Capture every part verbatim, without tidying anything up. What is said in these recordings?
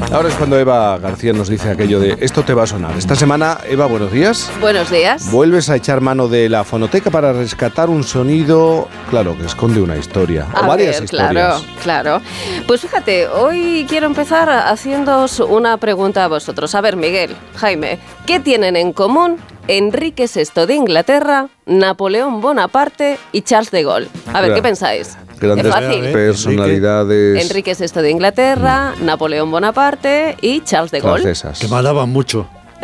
Ahora es cuando Eva García nos dice aquello de esto te va a sonar. Esta semana, Eva, buenos días. Buenos días. Vuelves a echar mano de la fonoteca para rescatar un sonido, claro, que esconde una historia. A o varias ver, historias. Claro, claro. Pues fíjate, hoy quiero empezar haciéndoos una pregunta a vosotros. A ver, Miguel, Jaime, ¿qué tienen en común Enrique sexto de Inglaterra, Napoleón Bonaparte y Charles de Gaulle? A ver, ¿qué pensáis? Grandes es fácil. personalidades. Enrique sexto de Inglaterra, mm. Napoleón Bonaparte y Charles de Gaulle. Francesas. Que malaban mucho.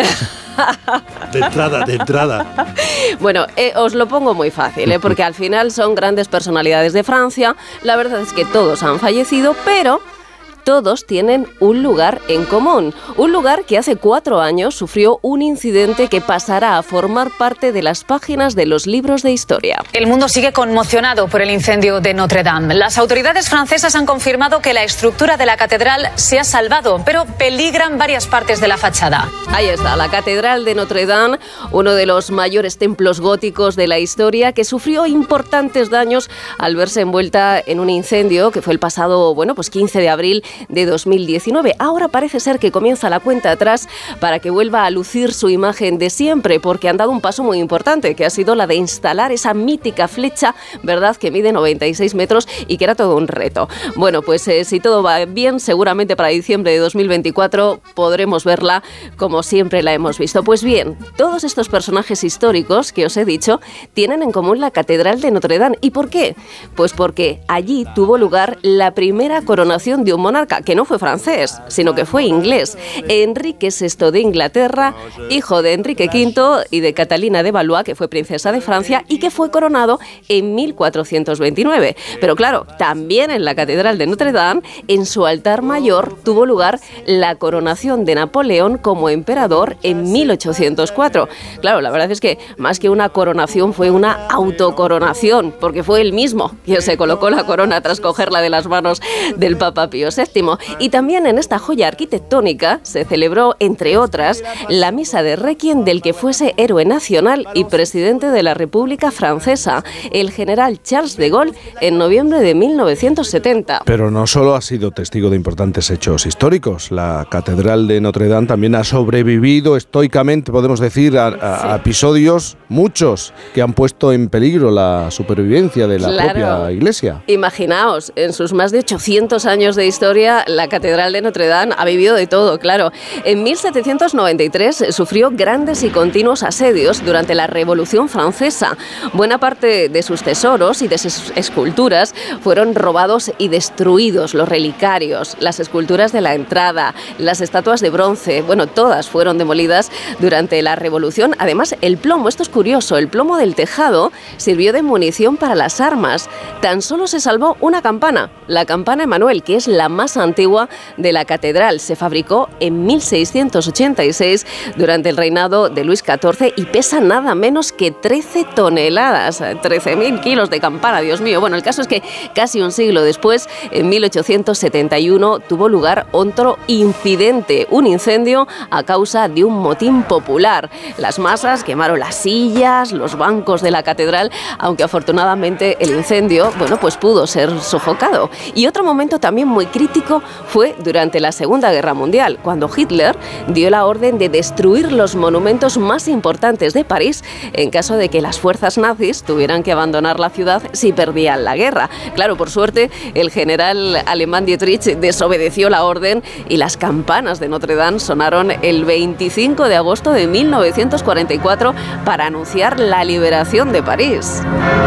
De entrada, de entrada. Bueno, eh, os lo pongo muy fácil, ¿eh? Porque al final son grandes personalidades de Francia. La verdad es que todos han fallecido, pero todos tienen un lugar en común. Un lugar que hace cuatro años sufrió un incidente que pasará a formar parte de las páginas de los libros de historia. El mundo sigue conmocionado por el incendio de Notre Dame. Las autoridades francesas han confirmado que la estructura de la catedral se ha salvado, pero peligran varias partes de la fachada. Ahí está, la Catedral de Notre Dame, uno de los mayores templos góticos de la historia, que sufrió importantes daños al verse envuelta en un incendio que fue el pasado, bueno, pues quince de abril de dos mil diecinueve. Ahora parece ser que comienza la cuenta atrás para que vuelva a lucir su imagen de siempre, porque han dado un paso muy importante, que ha sido la de instalar esa mítica flecha, ¿verdad?, que mide noventa y seis metros y que era todo un reto. Bueno, pues eh, si todo va bien, seguramente para diciembre de dos mil veinticuatro podremos verla como siempre la hemos visto. Pues bien, todos estos personajes históricos que os he dicho tienen en común la Catedral de Notre Dame. ¿Y por qué? Pues porque allí tuvo lugar la primera coronación de un monarca, que no fue francés, sino que fue inglés. Enrique sexto de Inglaterra, hijo de Enrique quinto y de Catalina de Valois, que fue princesa de Francia y que fue coronado en mil cuatrocientos veintinueve. Pero claro, también en la Catedral de Notre Dame, en su altar mayor, tuvo lugar la coronación de Napoleón como emperador en mil ochocientos cuatro. Claro, la verdad es que más que una coronación fue una autocoronación, porque fue él mismo quien se colocó la corona tras cogerla de las manos del Papa Pío séptimo. Y también en esta joya arquitectónica se celebró, entre otras, la misa de requiem del que fuese héroe nacional y presidente de la República Francesa, el general Charles de Gaulle, en noviembre de mil novecientos setenta. Pero no solo ha sido testigo de importantes hechos históricos, la Catedral de Notre Dame también ha sobrevivido estoicamente, podemos decir, a, a, sí. a episodios, muchos, que han puesto en peligro la supervivencia de la claro. propia iglesia. Imaginaos, en sus más de ochocientos años de historia, la Catedral de Notre Dame ha vivido de todo, claro. En mil setecientos noventa y tres sufrió grandes y continuos asedios durante la Revolución Francesa. Buena parte de sus tesoros y de sus esculturas fueron robados y destruidos. Los relicarios, las esculturas de la entrada, las estatuas de bronce, bueno, todas fueron demolidas durante la Revolución. Además, el plomo, esto es curioso, el plomo del tejado sirvió de munición para las armas. Tan solo se salvó una campana, la campana Emanuel, que es la más antigua de la catedral. Se fabricó en mil seiscientos ochenta y seis durante el reinado de Luis catorce y pesa nada menos que trece toneladas, trece mil kilos de campana, Dios mío. Bueno, el caso es que casi un siglo después, en mil ochocientos setenta y uno, tuvo lugar otro incidente, un incendio a causa de un motín popular. Las masas quemaron las sillas, los bancos de la catedral, aunque afortunadamente el incendio, bueno, pues pudo ser sofocado. Y otro momento también muy crítico fue durante la Segunda Guerra Mundial, cuando Hitler dio la orden de destruir los monumentos más importantes de París en caso de que las fuerzas nazis tuvieran que abandonar la ciudad si perdían la guerra. Claro, por suerte, el general alemán Dietrich desobedeció la orden y las campanas de Notre Dame sonaron el veinticinco de agosto de mil novecientos cuarenta y cuatro para anunciar la liberación de París.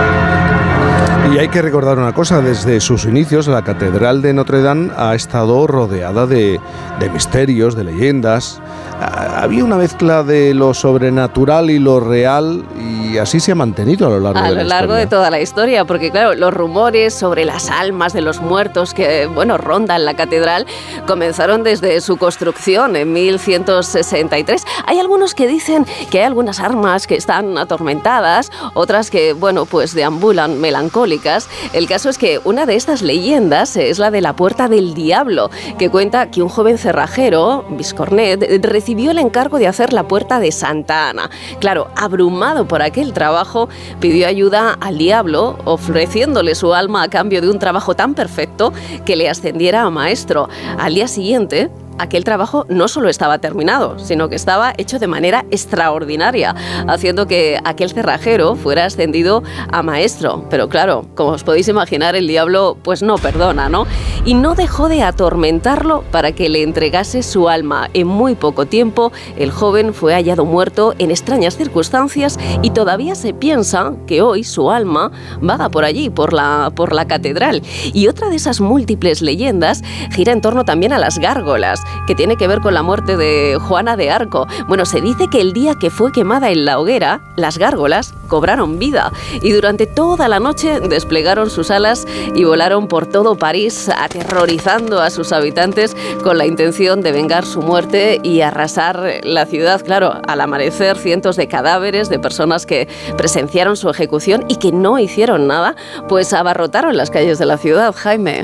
Y hay que recordar una cosa, desde sus inicios la Catedral de Notre Dame ha estado rodeada de, de misterios, de leyendas. Había una mezcla de lo sobrenatural y lo real y así se ha mantenido a lo largo a de la historia. A lo largo de toda la historia, porque claro, los rumores sobre las almas de los muertos que, bueno, rondan la catedral comenzaron desde su construcción en mil ciento sesenta y tres. Hay algunos que dicen que hay algunas almas que están atormentadas, otras que, bueno, pues deambulan melancólicas. El caso es que una de estas leyendas es la de la Puerta del Diablo, que cuenta que un joven cerrajero, Biscornet, recibió el encargo de hacer la Puerta de Santa Ana. Claro, abrumado por aquel trabajo, pidió ayuda al diablo, ofreciéndole su alma a cambio de un trabajo tan perfecto que le ascendiera a maestro. Al día siguiente, aquel trabajo no solo estaba terminado, sino que estaba hecho de manera extraordinaria, haciendo que aquel cerrajero fuera ascendido a maestro. Pero claro, como os podéis imaginar, el diablo pues no perdona, ¿no? Y no dejó de atormentarlo para que le entregase su alma. En muy poco tiempo, el joven fue hallado muerto en extrañas circunstancias y todavía se piensa que hoy su alma vaga por allí, por la, por la catedral. Y otra de esas múltiples leyendas gira en torno también a las gárgolas, que tiene que ver con la muerte de Juana de Arco. Bueno, se dice que el día que fue quemada en la hoguera, las gárgolas cobraron vida y durante toda la noche desplegaron sus alas y volaron por todo París, aterrorizando a sus habitantes con la intención de vengar su muerte y arrasar la ciudad. Claro, al amanecer, cientos de cadáveres de personas que presenciaron su ejecución y que no hicieron nada, pues abarrotaron las calles de la ciudad, Jaime.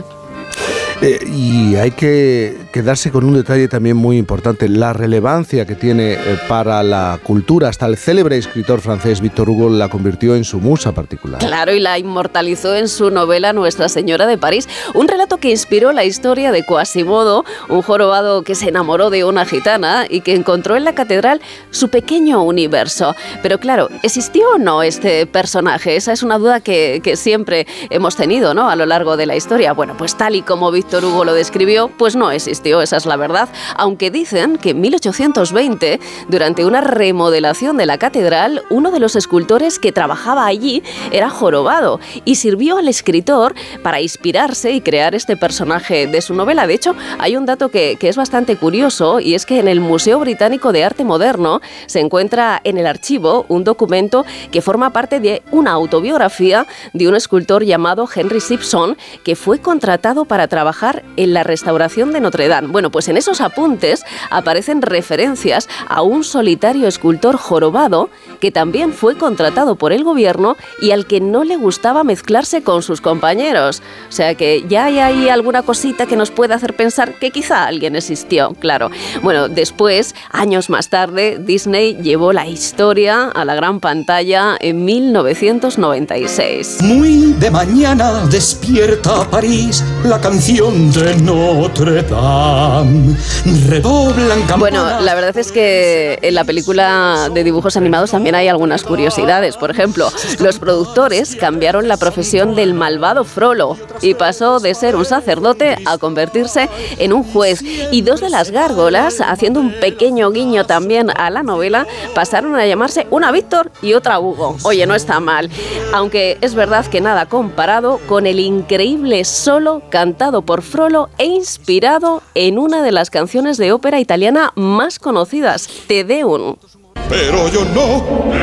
Eh, y hay que quedarse con un detalle también muy importante, la relevancia que tiene eh, para la cultura. Hasta el célebre escritor francés Victor Hugo la convirtió en su musa particular. Claro, y la inmortalizó en su novela Nuestra Señora de París, un relato que inspiró la historia de Quasimodo, un jorobado que se enamoró de una gitana y que encontró en la catedral su pequeño universo. Pero claro, ¿existió o no este personaje? Esa es una duda que, que siempre hemos tenido, ¿no?, a lo largo de la historia. Bueno, pues tal y como Victor Hugo lo describió, pues no existió, esa es la verdad, aunque dicen que en mil ochocientos veinte, durante una remodelación de la catedral, uno de los escultores que trabajaba allí era jorobado y sirvió al escritor para inspirarse y crear este personaje de su novela. De hecho, hay un dato que, que es bastante curioso, y es que en el Museo Británico de Arte Moderno se encuentra en el archivo un documento que forma parte de una autobiografía de un escultor llamado Henry Simpson, que fue contratado para trabajar en la restauración de Notre Dame. Bueno, pues en esos apuntes aparecen referencias a un solitario escultor jorobado que también fue contratado por el gobierno y al que no le gustaba mezclarse con sus compañeros. O sea que ya hay ahí alguna cosita que nos puede hacer pensar que quizá alguien existió, claro. Bueno, después, años más tarde, Disney llevó la historia a la gran pantalla en mil novecientos noventa y seis. Muy de mañana despierta París, la canción de Notre Dame. Redoblan campanas. Bueno, la verdad es que en la película de dibujos animados también hay algunas curiosidades. Por ejemplo, los productores cambiaron la profesión del malvado Frollo y pasó de ser un sacerdote a convertirse en un juez. Y dos de las gárgolas, haciendo un pequeño guiño también a la novela, pasaron a llamarse una Víctor y otra Hugo. Oye, no está mal. Aunque es verdad que nada comparado con el increíble solo cantado por Frollo e inspirado en una de las canciones de ópera italiana más conocidas, Te Deum. Pero yo no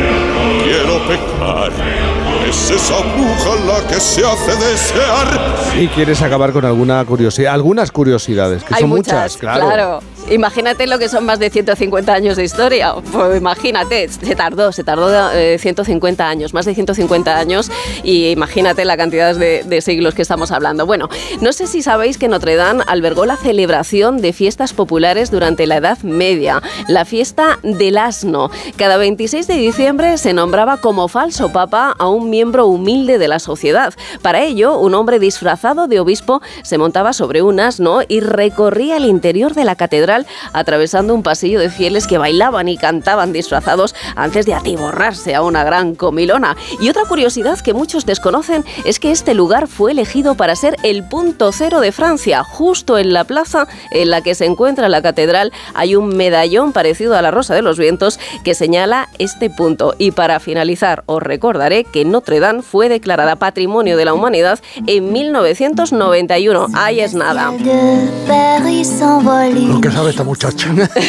quiero pecar, es esa bruja la que se hace desear. Y quieres acabar con alguna curiosidad, algunas curiosidades, que Hay son muchas, muchas, claro. claro. Imagínate lo que son más de ciento cincuenta años de historia. Pues imagínate, se tardó, se tardó eh, ciento cincuenta años, más de ciento cincuenta años, y imagínate la cantidad de, de siglos que estamos hablando. Bueno, no sé si sabéis que Notre Dame albergó la celebración de fiestas populares durante la Edad Media, la fiesta del asno. Cada veintiséis de diciembre se nombraba como falso papa a un miembro humilde de la sociedad. Para ello, un hombre disfrazado de obispo se montaba sobre un asno y recorría el interior de la catedral, atravesando un pasillo de fieles que bailaban y cantaban disfrazados antes de atiborrarse a una gran comilona. Y otra curiosidad que muchos desconocen es que este lugar fue elegido para ser el punto cero de Francia. Justo en la plaza en la que se encuentra la catedral hay un medallón parecido a la Rosa de los Vientos que señala este punto. Y para finalizar, os recordaré que Notre Dame fue declarada Patrimonio de la Humanidad en mil novecientos noventa y uno. Ahí es nada. Lo que sabe esta muchacha.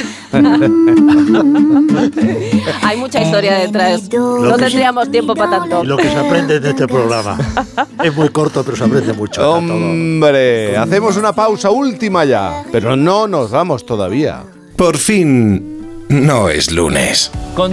Hay mucha historia detrás. No tendríamos tiempo para tanto. Y lo que se aprende en este programa. Es muy corto, pero se aprende mucho. Hombre, hacemos una pausa última ya, pero no nos vamos todavía. Por fin, no es lunes.